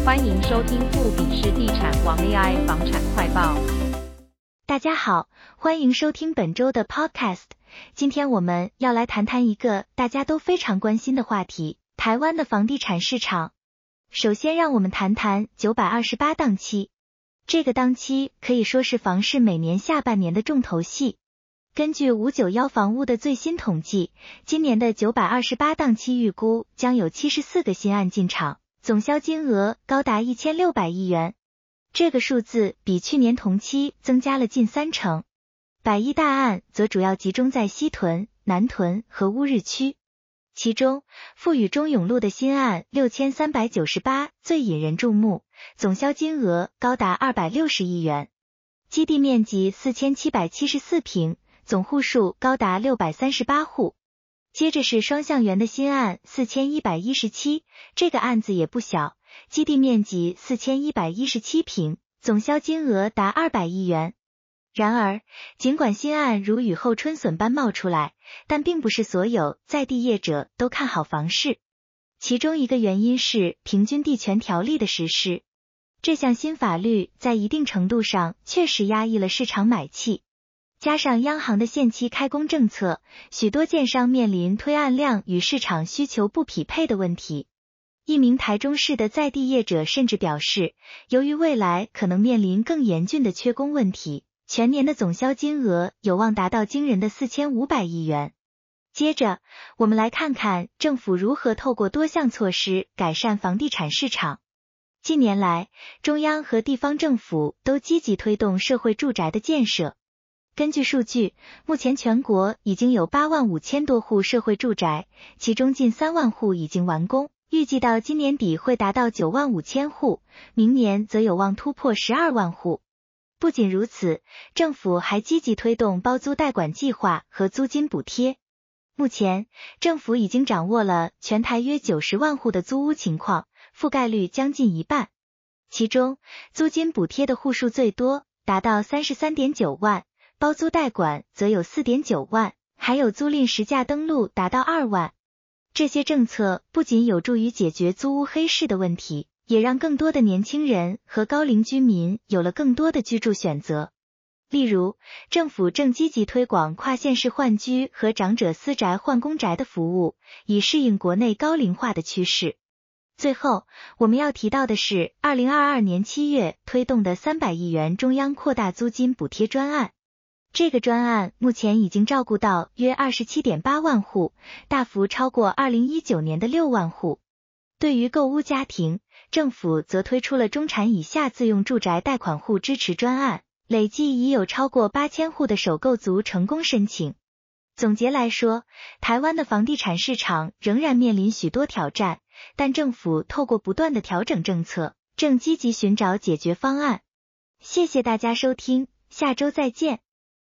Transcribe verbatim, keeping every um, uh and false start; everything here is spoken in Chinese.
欢迎收听富比士地产王 A I 房产快报。 大家好，欢迎收听本周的 Podcast。今天我们要来谈谈一个大家都非常关心的话题，台湾的房地产市场。首先让我们谈谈九百二十八档期。这个档期可以说是房市每年下半年的重头戏。根据五九一房屋的最新统计，今年的九百二十八档期预估将有七十四个新案进场，总销金额高达一千六百亿元。这个数字比去年同期增加了近三成。百亿大案则主要集中在西屯、南屯和乌日区。其中，富宇中永路的新案六千三百九十八最引人注目，总销金额高达二百六十亿元。基地面积四千七百七十四平，总户数高达六百三十八户。接着是双向园的新案四千一百一十七，这个案子也不小，基地面积四千一百一十七平，总销金额达二百亿元。然而，尽管新案如雨后春笋般冒出来，但并不是所有在地业者都看好房市。其中一个原因是平均地权条例的实施。这项新法律在一定程度上确实压抑了市场买气。加上央行的限期开工政策，许多建商面临推案量与市场需求不匹配的问题。一名台中市的在地业者甚至表示，由于未来可能面临更严峻的缺工问题，全年的总销金额有望达到惊人的四千五百亿元。接着，我们来看看政府如何透过多项措施改善房地产市场。近年来，中央和地方政府都积极推动社会住宅的建设。根据数据，目前全国已经有八万五千多户社会住宅，其中近三万户已经完工，预计到今年底会达到九万五千户，明年则有望突破十二万户。不仅如此，政府还积极推动包租代管计划和租金补贴。目前，政府已经掌握了全台约九十万户的租屋情况，覆盖率将近一半。其中，租金补贴的户数最多，达到 三十三点九万。包租代管则有 四点九万，还有租赁实价登录达到二万。这些政策不仅有助于解决租屋黑市的问题，也让更多的年轻人和高龄居民有了更多的居住选择。例如，政府正积极推广跨县市换居和长者私宅换公宅的服务，以适应国内高龄化的趋势。最后，我们要提到的是二零二二年七月推动的三百亿元中央扩大租金补贴专案。这个专案目前已经照顾到约 二十七点八万户，大幅超过二零一九年的六万户。对于购屋家庭，政府则推出了中产以下自用住宅贷款户支持专案，累计已有超过八千户的首购族成功申请。总结来说，台湾的房地产市场仍然面临许多挑战，但政府透过不断的调整政策，正积极寻找解决方案。谢谢大家收听，下周再见。